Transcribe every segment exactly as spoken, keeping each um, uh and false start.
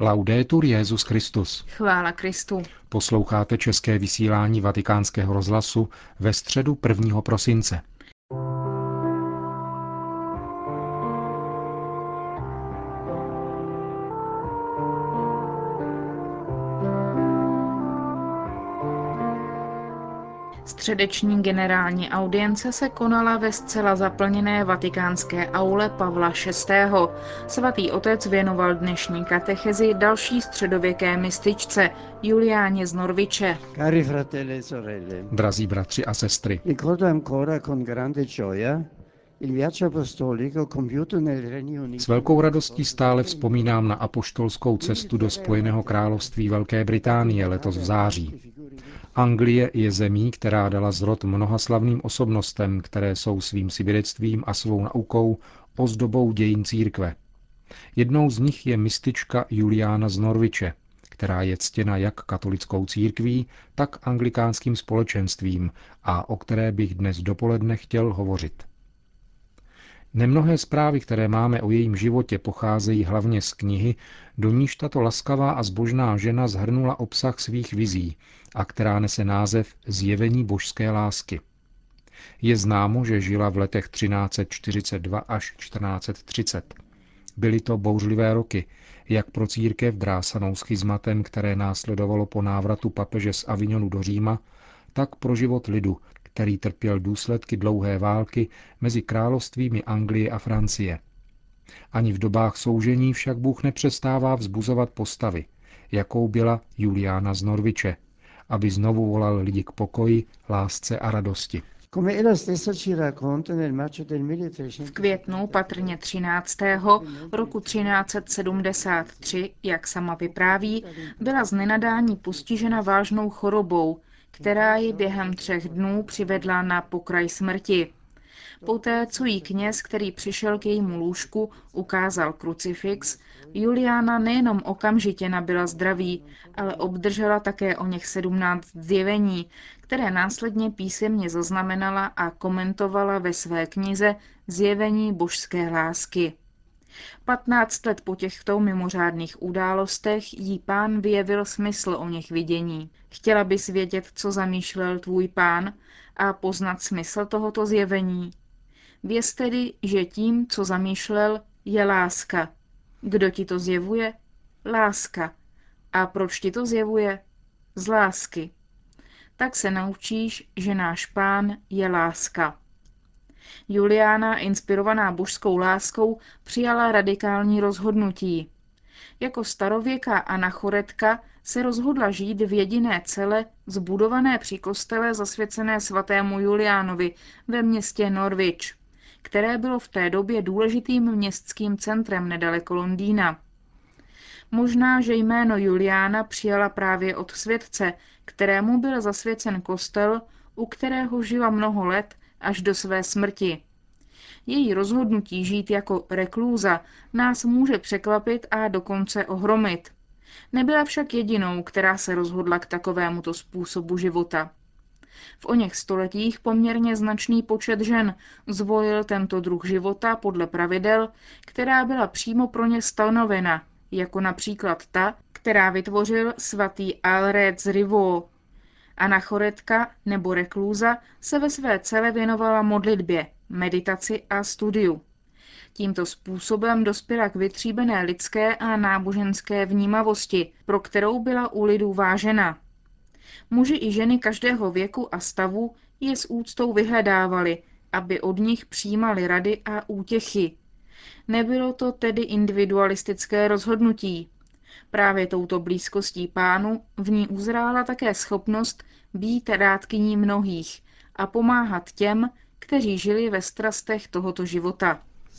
Laudetur Jesus Christus. Chvála Kristu. Posloucháte české vysílání Vatikánského rozhlasu ve středu prvního prosince. Středeční generální audience se konala ve zcela zaplněné vatikánské aule Pavla šestého. Svatý otec věnoval dnešní katechezi další středověké mističce Juliáně z Norviče. Cari fratelli e sorelle, Drazí bratři a sestry, ricordo ancora con grande gioia il viaggio apostolico compiuto nel Regno Unito. s velkou radostí stále vzpomínám na apoštolskou cestu do Spojeného království Velké Británie letos v září. Anglie je zemí, která dala zrod mnoha slavným osobnostem, které jsou svým svědectvím a svou naukou ozdobou dějin církve. Jednou z nich je mistička Juliána z Norviče, která je ctěna jak katolickou církví, tak anglikánským společenstvím a o které bych dnes dopoledne chtěl hovořit. Nemnohé zprávy, které máme o jejím životě, pocházejí hlavně z knihy, do níž tato laskavá a zbožná žena zhrnula obsah svých vizí a která nese název Zjevení božské lásky. Je známo, že žila v letech třináct set čtyřicet dva až čtrnáct set třicet. Byly to bouřlivé roky, jak pro církev drásanou schizmatem, které následovalo po návratu papeže z Avignonu do Říma, tak pro život lidu, který trpěl důsledky dlouhé války mezi královstvími Anglie a Francie. Ani v dobách soužení však Bůh nepřestává vzbuzovat postavy, jakou byla Juliána z Norviče, aby znovu volal lidi k pokoji, lásce a radosti. V květnu, patrně třináctého roku třináct set sedmdesát tři, jak sama vypráví, byla z nenadání postižena vážnou chorobou, která ji během třech dnů přivedla na pokraj smrti. Poté, co jí kněz, který přišel k jejímu lůžku, ukázal krucifix, Juliána nejenom okamžitě nabyla zdraví, ale obdržela také o něch sedmnáct zjevení, které následně písemně zaznamenala a komentovala ve své knize Zjevení božské lásky. Patnáct let po těchto mimořádných událostech jí Pán vyjevil smysl o něch vidění. Chtěla bys vědět, co zamýšlel tvůj Pán a poznat smysl tohoto zjevení? Věz tedy, že tím, co zamýšlel, je láska. Kdo ti to zjevuje? Láska. A proč ti to zjevuje? Z lásky. Tak se naučíš, že náš Pán je láska. Juliána, inspirovaná božskou láskou, přijala radikální rozhodnutí. Jako starověká anachoretka se rozhodla žít v jediné cele zbudované při kostele zasvěcené svatému Juliánovi ve městě Norwich, které bylo v té době důležitým městským centrem nedaleko Londýna. Možná, že jméno Juliána přijala právě od světce, kterému byl zasvěcen kostel, u kterého žila mnoho let až do své smrti. Její rozhodnutí žít jako reklúza nás může překvapit a dokonce ohromit. Nebyla však jedinou, která se rozhodla k takovémuto způsobu života. V oněch stoletích poměrně značný počet žen zvolil tento druh života podle pravidel, která byla přímo pro ně stanovena, jako například ta, která vytvořil svatý Alred z Rivaux. Anachoretka nebo reklúza se ve své cele věnovala modlitbě, meditaci a studiu. Tímto způsobem dospěla k vytříbené lidské a náboženské vnímavosti, pro kterou byla u lidů vážena. Muži i ženy každého věku a stavu je s úctou vyhledávali, aby od nich přijímali rady a útěchy. Nebylo to tedy individualistické rozhodnutí. Právě touto blízkostí Pánu v ní uzrála také schopnost být rádkyní mnohých a pomáhat těm, kteří žili ve strastech tohoto života.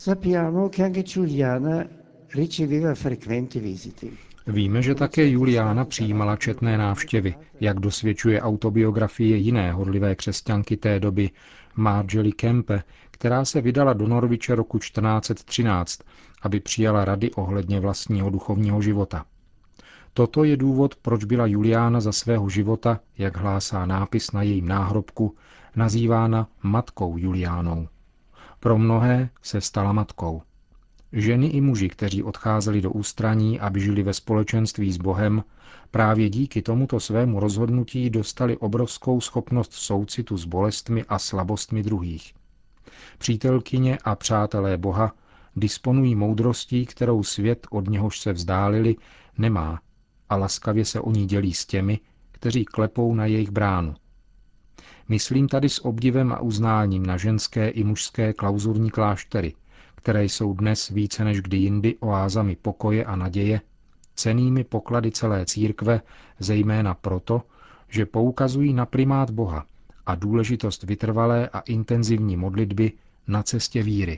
Víme, že také Juliána přijímala četné návštěvy, jak dosvědčuje autobiografie jiné horlivé křesťanky té doby, Marjorie Kempe, která se vydala do Norwiche roku čtrnáct set třináct, aby přijala rady ohledně vlastního duchovního života. Toto je důvod, proč byla Juliána za svého života, jak hlásá nápis na jejím náhrobku, nazývána matkou Juliánou. Pro mnohé se stala matkou. Ženy i muži, kteří odcházeli do ústraní, aby žili ve společenství s Bohem, právě díky tomuto svému rozhodnutí dostali obrovskou schopnost soucitu s bolestmi a slabostmi druhých. Přítelkyně a přátelé Boha disponují moudrostí, kterou svět, od něhož se vzdálili, nemá, a laskavě se o ní dělí s těmi, kteří klepou na jejich bránu. Myslím tady s obdivem a uznáním na ženské i mužské klauzurní kláštery, které jsou dnes více než kdy jindy oázami pokoje a naděje, cennými poklady celé církve, zejména proto, že poukazují na primát Boha a důležitost vytrvalé a intenzivní modlitby na cestě víry.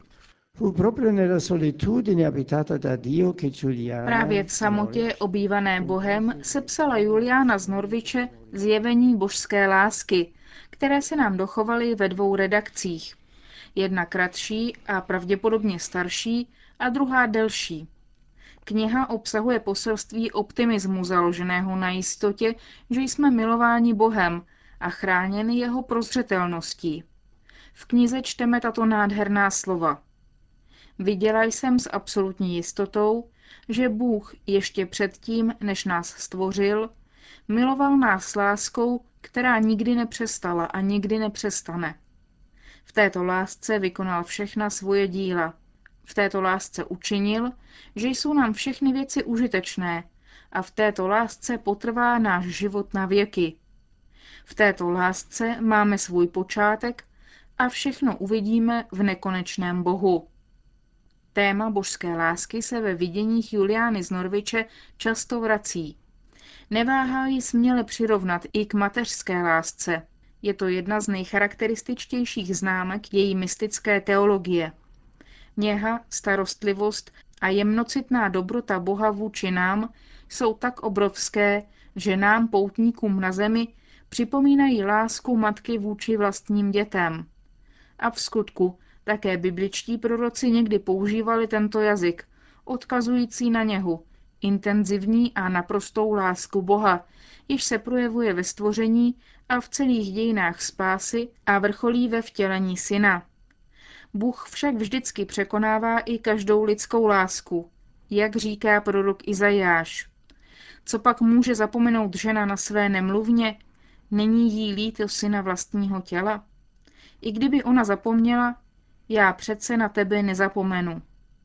Právě v samotě obývané Bohem sepsala Juliana z Norwiche Zjevení božské lásky, které se nám dochovaly ve dvou redakcích. Jedna kratší a pravděpodobně starší a druhá delší. Kniha obsahuje poselství optimismu založeného na jistotě, že jsme milováni Bohem a chráněni jeho prozřetelností. V knize čteme tato nádherná slova. Viděla jsem s absolutní jistotou, že Bůh ještě předtím, než nás stvořil, miloval nás láskou, která nikdy nepřestala a nikdy nepřestane. V této lásce vykonal všechna svoje díla. V této lásce učinil, že jsou nám všechny věci užitečné a v této lásce potrvá náš život na věky. V této lásce máme svůj počátek a všechno uvidíme v nekonečném Bohu. Téma božské lásky se ve viděních Juliány z Norwiche často vrací. Neváhá ji směle přirovnat i k mateřské lásce. Je to jedna z nejcharakterističtějších známek její mystické teologie. Něha, starostlivost a jemnocitná dobrota Boha vůči nám jsou tak obrovské, že nám, poutníkům na zemi, připomínají lásku matky vůči vlastním dětem. A v skutku také bibličtí proroci někdy používali tento jazyk, odkazující na něhu, intenzivní a naprostou lásku Boha, jež se projevuje ve stvoření a v celých dějinách spásy a vrcholí ve vtělení syna. Bůh však vždycky překonává i každou lidskou lásku, jak říká prorok Izajáš. Co pak může zapomenout žena na své nemluvně? Není jí líto syna vlastního těla? I kdyby ona zapomněla, já přece na tebe nezapomenu.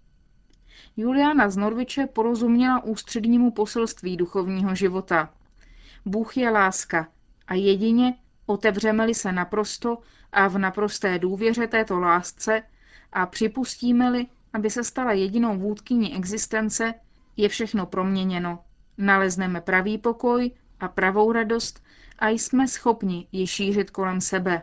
Juliana z Norwiche porozuměla ústřednímu poselství duchovního života. Bůh je láska a jedině otevřeme-li se naprosto a v naprosté důvěře této lásce a připustíme-li, aby se stala jedinou vůdkyní existence, je všechno proměněno. Nalezneme pravý pokoj a pravou radost a jsme schopni ji šířit kolem sebe.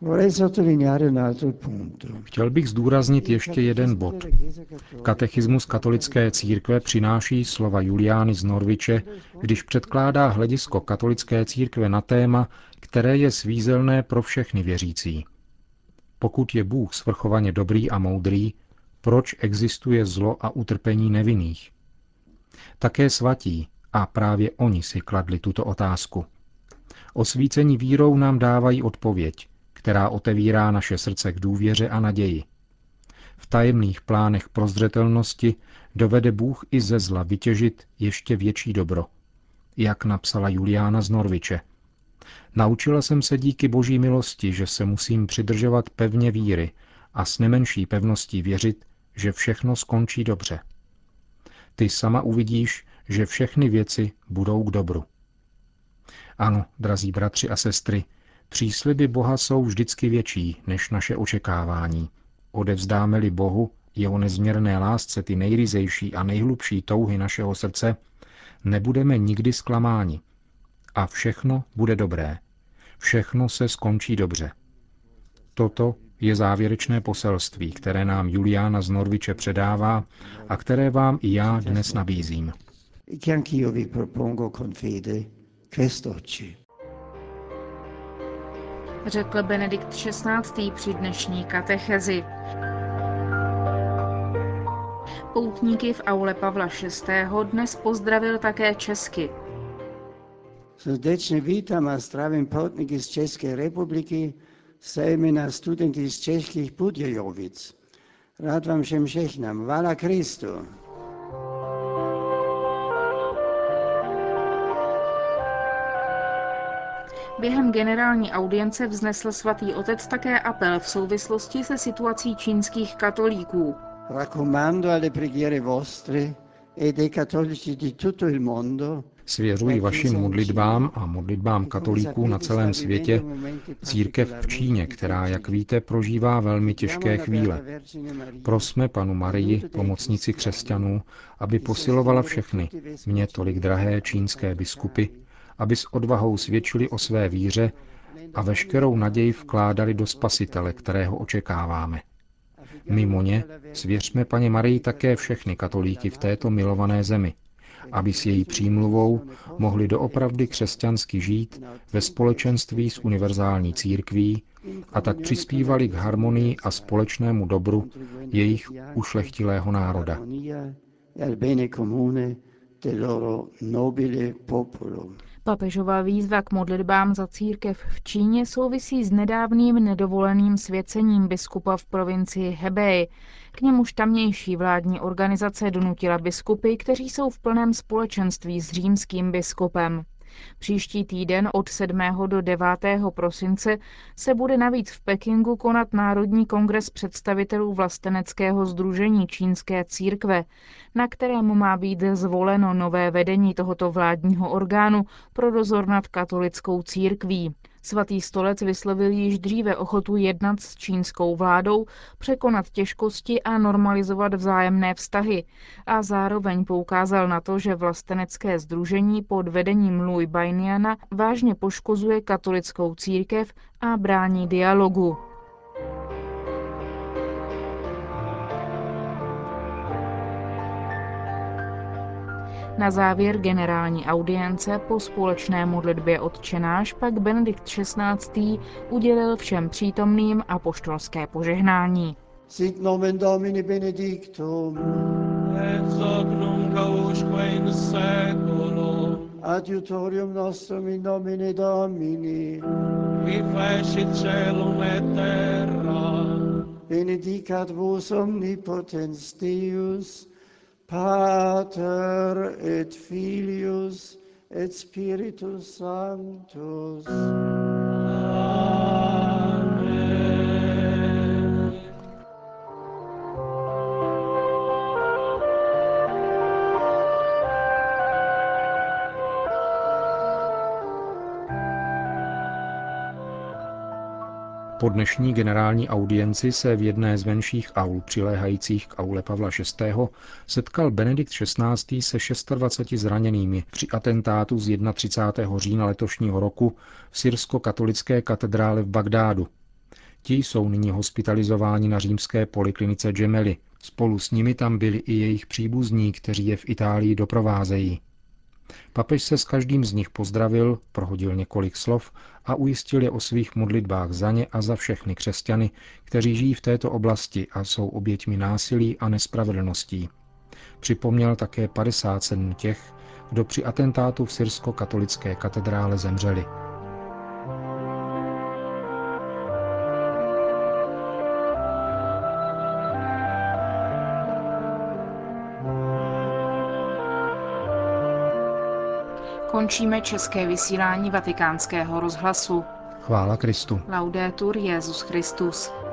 Chtěl bych zdůraznit ještě jeden bod. Katechismus katolické církve přináší slova Juliány z Norwiche, když předkládá hledisko katolické církve na téma, které je svízelné pro všechny věřící. Pokud je Bůh svrchovaně dobrý a moudrý, proč existuje zlo a utrpení nevinných? Také svatí, a právě oni si kladli tuto otázku. Osvícení vírou nám dávají odpověď, která otevírá naše srdce k důvěře a naději. V tajemných plánech prozřetelnosti dovede Bůh i ze zla vytěžit ještě větší dobro, jak napsala Juliána z Norwiche. Naučila jsem se díky Boží milosti, že se musím přidržovat pevně víry a s nemenší pevností věřit, že všechno skončí dobře. Ty sama uvidíš, že všechny věci budou k dobru. Ano, drazí bratři a sestry, přísliby Boha jsou vždycky větší než naše očekávání. Odevzdáme-li Bohu, jeho nezměrné lásce, ty nejryzejší a nejhlubší touhy našeho srdce, nebudeme nikdy zklamáni. A všechno bude dobré. Všechno se skončí dobře. Toto je závěrečné poselství, které nám Juliána z Norwiche předává a které vám i já dnes nabízím. Řekl Benedikt šestnáctý. při dnešní katechezi. Poutníky v aule Pavla šestého. dnes pozdravil také česky. Srdečně vítám a zdravím poutníky z České republiky, zejména studenty z českých Budějovic. Rád vám všem všechnám. Chvála Kristu. Během generální audience vznesl svatý otec také apel v souvislosti se situací čínských katolíků. Raccomando alle preghiere vostre e dei cattolici di tutto il mondo. Svěřuji vašim modlitbám a modlitbám katolíků na celém světě církev v Číně, která, jak víte, prožívá velmi těžké chvíle. Prosme panu Marii, pomocnici křesťanů, aby posilovala všechny, mně tolik drahé čínské biskupy, aby s odvahou svědčili o své víře a veškerou naději vkládali do Spasitele, kterého očekáváme. Mimo ně svěřme paně Marii také všechny katolíky v této milované zemi, aby s její přímluvou mohli doopravdy křesťansky žít ve společenství s univerzální církví a tak přispívali k harmonii a společnému dobru jejich ušlechtilého národa. Papežova výzva k modlitbám za církev v Číně souvisí s nedávným nedovoleným svěcením biskupa v provincii Hebei. K němuž tamnější vládní organizace donutila biskupy, kteří jsou v plném společenství s římským biskupem. Příští týden od sedmého do devátého prosince se bude navíc v Pekingu konat Národní kongres představitelů vlasteneckého sdružení čínské církve, na kterém má být zvoleno nové vedení tohoto vládního orgánu pro dozor nad katolickou církví. Svatý stolec vyslovil již dříve ochotu jednat s čínskou vládou, překonat těžkosti a normalizovat vzájemné vztahy a zároveň poukázal na to, že vlastenecké sdružení pod vedením Lui Bainiana vážně poškozuje katolickou církev a brání dialogu. Na závěr generální audience po společné modlitbě Otčenáš pak Benedikt šestnáctý. udělil všem přítomným apoštolské požehnání. Sit nomen Domini benedictum. Et hoc nunc usque in saeculum. Adiutorium nostrum in nomine Domini. Qui fecit caelum et terra. Benedicat vos omnipotens Deus, Pater et Filius et Spiritus Sanctus. Amen. Po dnešní generální audienci se v jedné z menších aul přiléhajících k aule Pavla šestého. setkal Benedikt šestnáctý. se dvaceti šesti zraněnými při atentátu z třicátého prvního října letošního roku v syrsko-katolické katedrále v Bagdádu. Ti jsou nyní hospitalizováni na římské poliklinice Gemelli. Spolu s nimi tam byli i jejich příbuzní, kteří je v Itálii doprovázejí. Papež se s každým z nich pozdravil, prohodil několik slov a ujistil je o svých modlitbách za ně a za všechny křesťany, kteří žijí v této oblasti a jsou oběťmi násilí a nespravedlností. Připomněl také padesát sedm těch, kdo při atentátu v syrsko-katolické katedrále zemřeli. Končíme české vysílání Vatikánského rozhlasu. Chvála Kristu. Laudetur Jesus Christus.